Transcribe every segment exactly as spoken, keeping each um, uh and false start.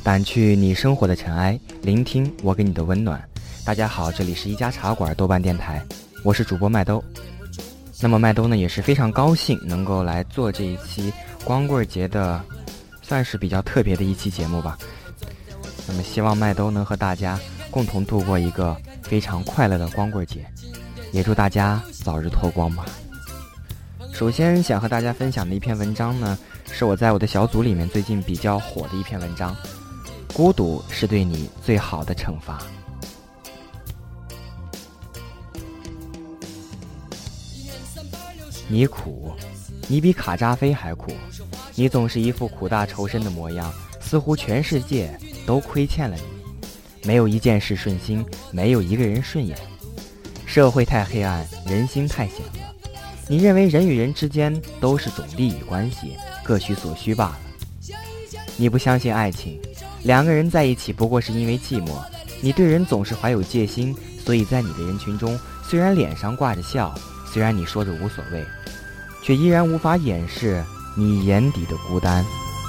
掸去你生活的尘埃，聆听我给你的温暖。大家好，这里是一家茶馆豆瓣电台，我是主播麦兜。那么麦兜呢也是非常高兴能够来做这一期光棍节的算是比较特别的一期节目吧。那么希望麦兜能和大家共同度过一个非常快乐的光棍节，也祝大家早日脱光吧。首先想和大家分享的一篇文章呢，是我在我的小组里面最近比较火的一篇文章，孤独是对你最好的惩罚。你苦，你比卡扎菲还苦，你总是一副苦大仇深的模样，似乎全世界都亏欠了你，没有一件事顺心，没有一个人顺眼，社会太黑暗，人心太险恶，你认为人与人之间都是种利益关系，各取所需罢了。你不相信爱情，两个人在一起不过是因为寂寞，你对人总是怀有戒心，所以在你的人群中，虽然脸上挂着笑，虽然你说着无所谓，却依然无法掩饰你眼底的孤单。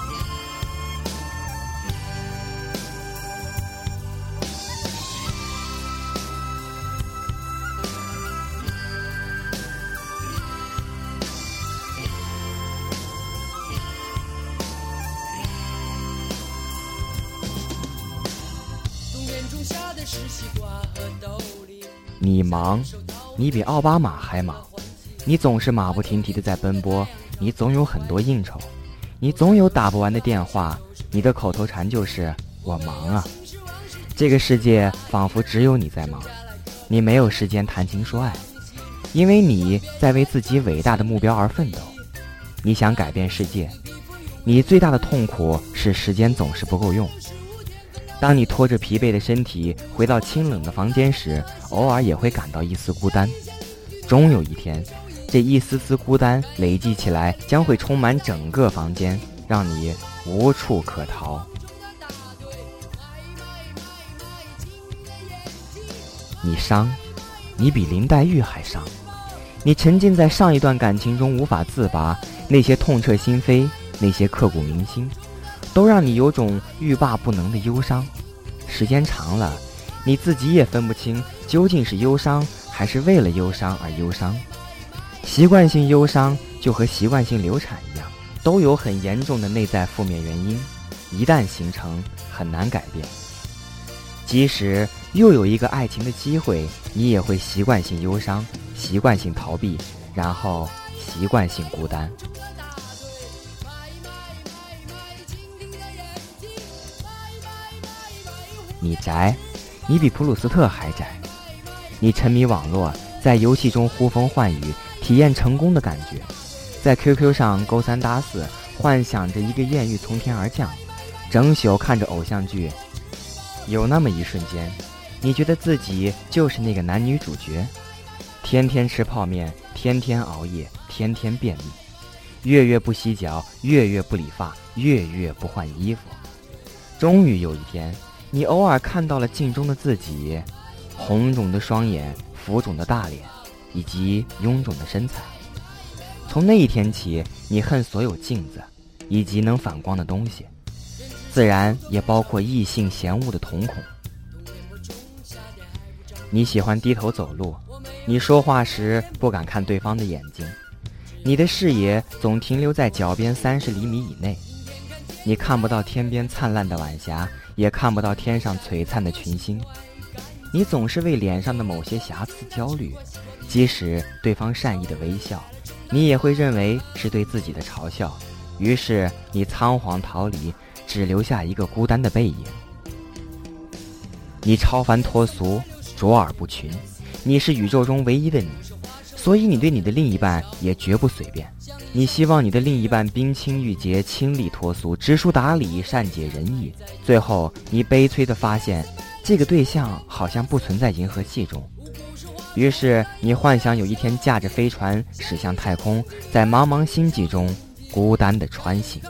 你忙，你比奥巴马还忙，你总是马不停蹄地在奔波，你总有很多应酬，你总有打不完的电话，你的口头禅就是我忙啊。这个世界仿佛只有你在忙，你没有时间谈情说爱，因为你在为自己伟大的目标而奋斗，你想改变世界，你最大的痛苦是时间总是不够用。当你拖着疲惫的身体回到清冷的房间时，偶尔也会感到一丝孤单。终有一天，这一丝丝孤单累积起来，将会充满整个房间，让你无处可逃。你伤，你比林黛玉还伤，你沉浸在上一段感情中无法自拔，那些痛彻心扉，那些刻骨铭心，都让你有种欲罢不能的忧伤。时间长了，你自己也分不清究竟是忧伤还是为了忧伤而忧伤。习惯性忧伤就和习惯性流产一样，都有很严重的内在负面原因，一旦形成很难改变。即使又有一个爱情的机会，你也会习惯性忧伤，习惯性逃避，然后习惯性孤单。你宅，你比普鲁斯特还宅，你沉迷网络，在游戏中呼风唤雨，体验成功的感觉，在 Q Q 上勾三搭四，幻想着一个艳遇从天而降，整宿看着偶像剧。有那么一瞬间，你觉得自己就是那个男女主角，天天吃泡面，天天熬夜，天天便秘，月月不洗脚，月月不理发，月月不换衣服。终于有一天，你偶尔看到了镜中的自己，红肿的双眼，浮肿的大脸，以及臃肿的身材。从那一天起，你恨所有镜子以及能反光的东西，自然也包括异性嫌恶的瞳孔。你喜欢低头走路，你说话时不敢看对方的眼睛，你的视野总停留在脚边三十厘米以内，你看不到天边灿烂的晚霞，也看不到天上璀璨的群星。你总是为脸上的某些瑕疵焦虑，即使对方善意的微笑，你也会认为是对自己的嘲笑，于是你仓皇逃离，只留下一个孤单的背影。你超凡脱俗，卓尔不群，你是宇宙中唯一的你，所以你对你的另一半也绝不随便。你希望你的另一半冰清玉洁，清丽脱俗，知书达理，善解人意。最后你悲催地发现，这个对象好像不存在银河系中，于是你幻想有一天驾着飞船驶向太空，在茫茫星际中孤单地穿行。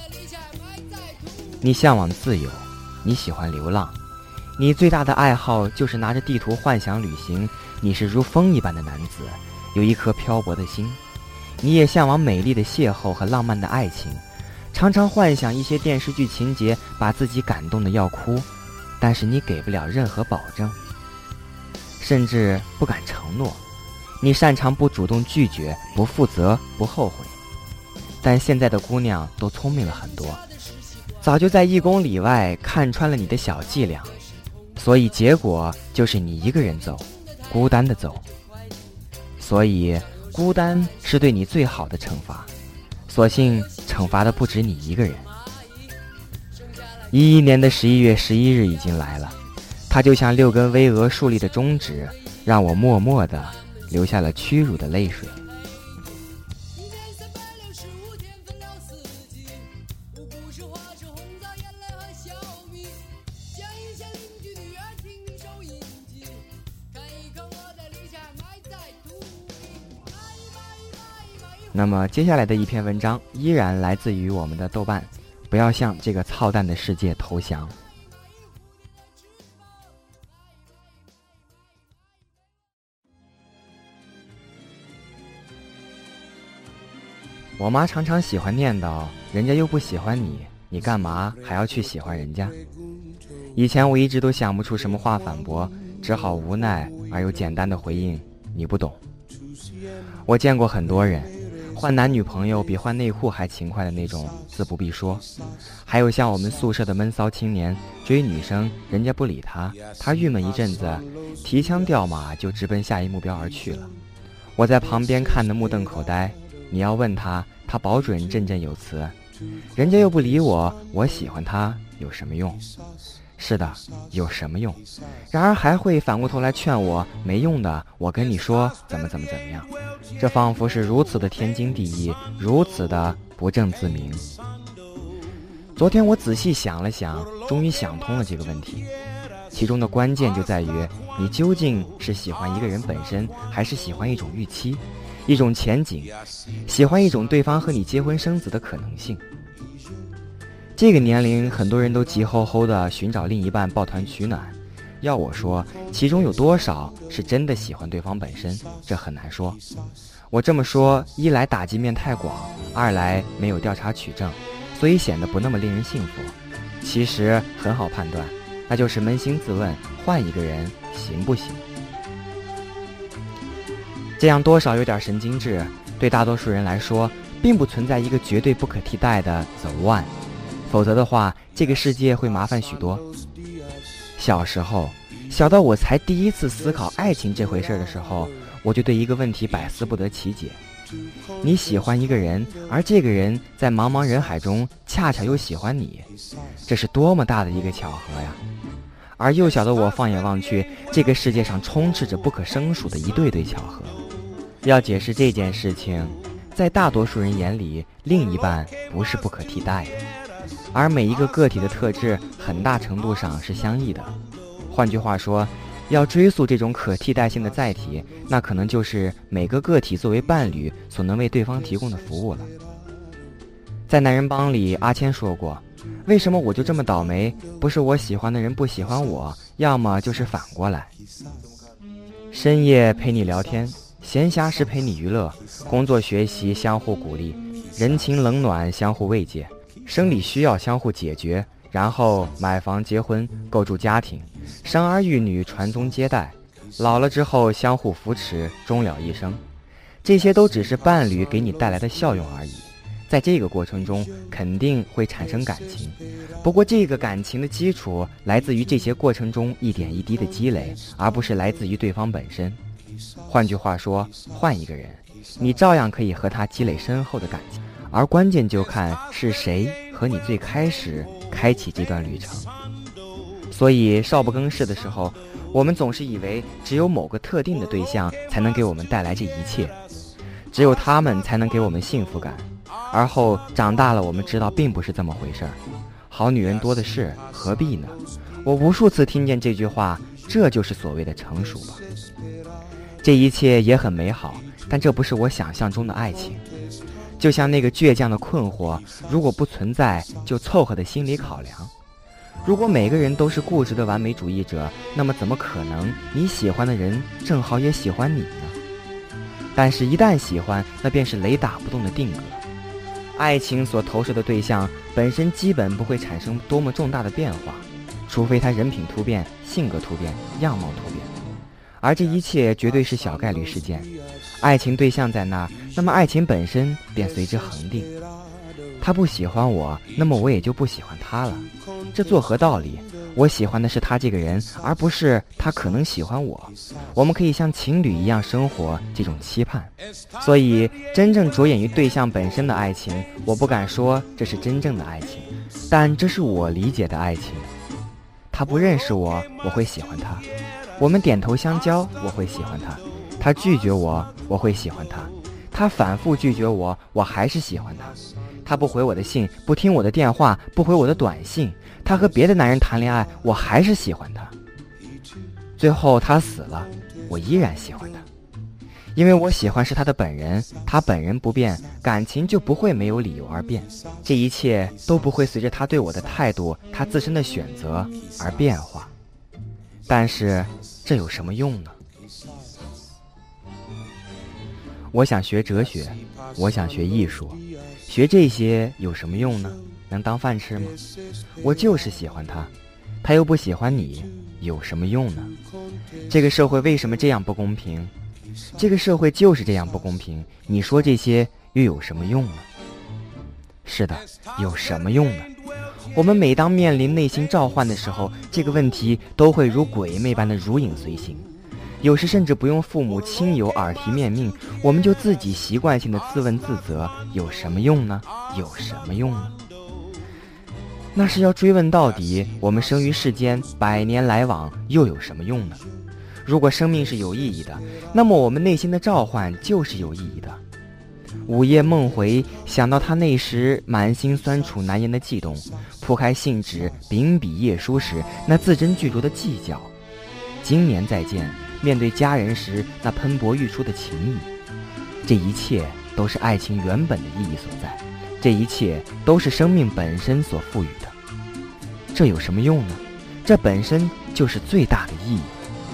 你向往自由，你喜欢流浪，你最大的爱好就是拿着地图幻想旅行。你是如风一般的男子，有一颗漂泊的心。你也向往美丽的邂逅和浪漫的爱情， 常常幻想一些电视剧情节，把自己感动得要哭，但是你给不了任何保证，甚至不敢承诺。你擅长不主动拒绝，不负责，不后悔。但现在的姑娘都聪明了很多，早就在一公里外看穿了你的小伎俩，所以结果就是你一个人走，孤单的走。所以孤单是对你最好的惩罚，所幸惩罚的不止你一个人。一一年的十一月十一日已经来了，它就像六根巍峨竖立的中指，让我默默地流下了屈辱的泪水。那么接下来的一篇文章依然来自于我们的豆瓣，不要向这个操蛋的世界投降。我妈常常喜欢念叨，人家又不喜欢你，你干嘛还要去喜欢人家？以前我一直都想不出什么话反驳，只好无奈而又简单的回应，你不懂。我见过很多人换男女朋友比换内裤还勤快的那种，自不必说。还有像我们宿舍的闷骚青年，追女生人家不理他，他郁闷一阵子，提枪调马就直奔下一目标而去了。我在旁边看得目瞪口呆，你要问他，他保准振振有词，人家又不理我，我喜欢他有什么用？是的，有什么用？然而还会反过头来劝我，没用的，我跟你说怎么怎么怎么样。这仿佛是如此的天经地义，如此的不正自明。昨天我仔细想了想，终于想通了这个问题，其中的关键就在于你究竟是喜欢一个人本身，还是喜欢一种预期，一种前景，喜欢一种对方和你结婚生子的可能性。这个年龄很多人都急吼吼地寻找另一半抱团取暖，要我说其中有多少是真的喜欢对方本身，这很难说。我这么说，一来打击面太广，二来没有调查取证，所以显得不那么令人信服。其实很好判断，那就是扪心自问，换一个人行不行？这样多少有点神经质，对大多数人来说并不存在一个绝对不可替代的 the one， 否则的话这个世界会麻烦许多。小时候小到我才第一次思考爱情这回事的时候，我就对一个问题百思不得其解。你喜欢一个人，而这个人在茫茫人海中恰巧又喜欢你，这是多么大的一个巧合呀！而幼小的我放眼望去，这个世界上充斥着不可胜数的一对对巧合。要解释这件事情，在大多数人眼里，另一半不是不可替代的，而每一个个体的特质很大程度上是相异的。换句话说，要追溯这种可替代性的载体，那可能就是每个个体作为伴侣所能为对方提供的服务了。在男人帮里，阿谦说过，为什么我就这么倒霉？不是我喜欢的人不喜欢我，要么就是反过来。深夜陪你聊天，闲暇时陪你娱乐，工作学习相互鼓励，人情冷暖相互慰藉，生理需要相互解决，然后买房结婚，构筑家庭，生儿育女，传宗接代，老了之后相互扶持，终了一生。这些都只是伴侣给你带来的效用而已，在这个过程中肯定会产生感情，不过这个感情的基础来自于这些过程中一点一滴的积累，而不是来自于对方本身。换句话说，换一个人，你照样可以和他积累深厚的感情，而关键就看是谁和你最开始开启这段旅程。所以少不更事的时候，我们总是以为只有某个特定的对象才能给我们带来这一切，只有他们才能给我们幸福感。而后长大了，我们知道并不是这么回事儿。好女人多的是，何必呢？我无数次听见这句话，这就是所谓的成熟吧。这一切也很美好，但这不是我想象中的爱情。就像那个倔强的困惑，如果不存在，就凑合的心理考量。如果每个人都是固执的完美主义者，那么怎么可能你喜欢的人正好也喜欢你呢？但是一旦喜欢，那便是雷打不动的定格。 爱情所投射的对象本身基本不会产生多么重大的变化，除非他人品突变、性格突变、样貌突变，而这一切绝对是小概率事件。爱情对象在那，那么爱情本身便随之恒定。他不喜欢我，那么我也就不喜欢他了。这作何道理？我喜欢的是他这个人，而不是他可能喜欢我。我们可以像情侣一样生活，这种期盼。所以真正着眼于对象本身的爱情，我不敢说这是真正的爱情，但这是我理解的爱情。他不认识我，我会喜欢他；我们点头相交，我会喜欢他；他拒绝我，我会喜欢他；他反复拒绝我，我还是喜欢他；他不回我的信，不听我的电话，不回我的短信，他和别的男人谈恋爱，我还是喜欢他。最后他死了，我依然喜欢他，因为我喜欢是他的本人，他本人不变，感情就不会没有理由而变，这一切都不会随着他对我的态度，他自身的选择而变化。但是这有什么用呢？我想学哲学，我想学艺术，学这些有什么用呢？能当饭吃吗？我就是喜欢他，他又不喜欢你，有什么用呢？这个社会为什么这样不公平？这个社会就是这样不公平，你说这些又有什么用呢？是的，有什么用呢？我们每当面临内心召唤的时候，这个问题都会如鬼魅般的如影随形。有时甚至不用父母亲友耳提面命，我们就自己习惯性的自问自责，有什么用呢？有什么用呢？那是要追问到底，我们生于世间，百年来往，又有什么用呢？如果生命是有意义的，那么我们内心的召唤就是有意义的。午夜梦回，想到他那时满心酸楚难言的悸动，铺开信纸秉笔页书时那字斟句酌的计较，今年再见，面对家人时那喷薄欲出的情谊，这一切都是爱情原本的意义所在，这一切都是生命本身所赋予的。这有什么用呢？这本身就是最大的意义。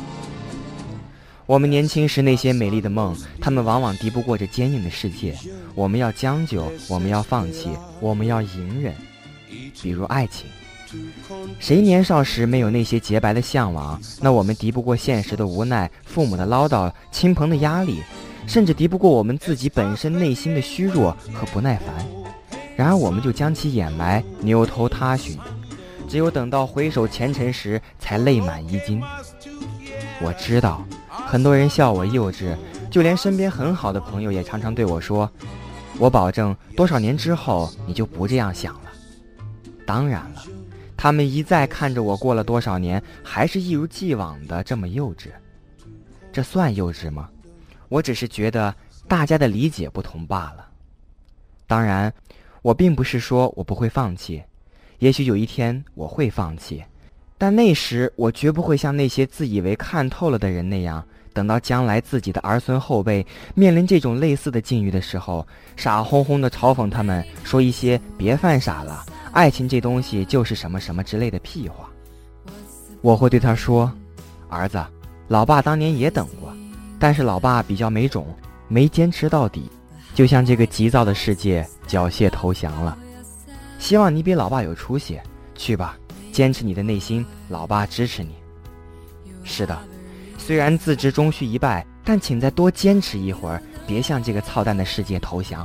我们年轻时那些美丽的梦，它们往往敌不过这坚硬的世界。我们要将就，我们要放弃，我们要隐忍。比如爱情，谁年少时没有那些洁白的向往？那我们敌不过现实的无奈，父母的唠叨，亲朋的压力，甚至敌不过我们自己本身内心的虚弱和不耐烦。然而我们就将其掩埋，扭头他寻，只有等到回首前尘时，才泪满衣襟。我知道很多人笑我幼稚，就连身边很好的朋友也常常对我说，我保证多少年之后你就不这样想了。当然了，他们一再看着我过了多少年，还是一如既往的这么幼稚。这算幼稚吗？我只是觉得大家的理解不同罢了。当然，我并不是说我不会放弃，也许有一天我会放弃，但那时我绝不会像那些自以为看透了的人那样，等到将来自己的儿孙后辈面临这种类似的境遇的时候，傻哄哄地嘲讽他们，说一些别犯傻了，爱情这东西就是什么什么之类的屁话。我会对他说，儿子，老爸当年也等过，但是老爸比较没种，没坚持到底，就像这个急躁的世界缴械投降了。希望你比老爸有出息，去吧，坚持你的内心，老爸支持你。是的，虽然自知终须一败，但请再多坚持一会儿，别向这个操蛋的世界投降。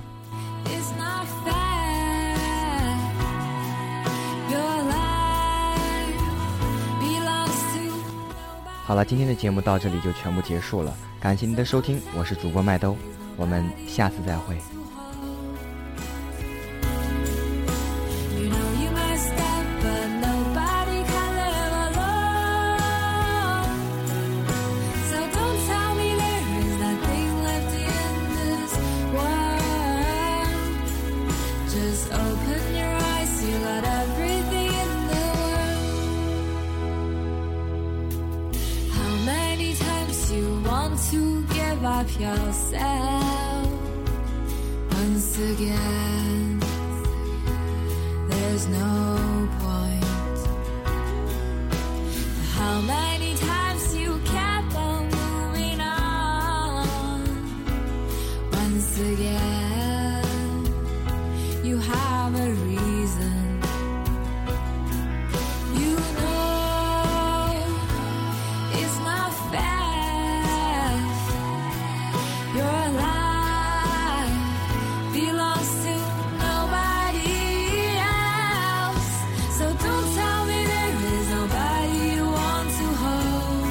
好了，今天的节目到这里就全部结束了，感谢您的收听，我是主播麦兜，我们下次再会。 To give up yourself once again, there's no point. How many times you kept on moving on? Once again, you You know it's not fair. Your life belongs to nobody else. So don't tell me there is nobody you want to hold.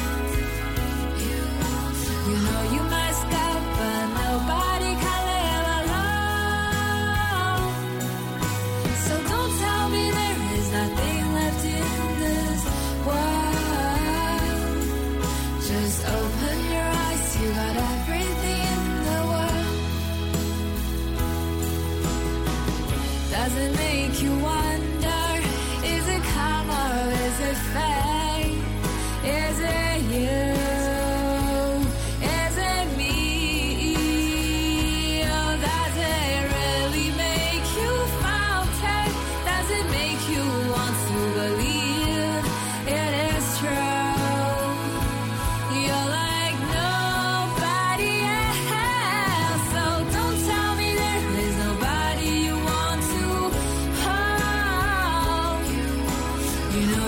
You know you messed up, but nobody can live alone. So don't tell me there is nothing left in this world. Just open your eyes, you got everything in the world. Does it make you wonder, is it karma or is it fate? Is it you? Is it me? Oh, does it really make you falter? Does it make you want to believe it is true? You're like nobody else. So don't tell me there is nobody you want to hold. You know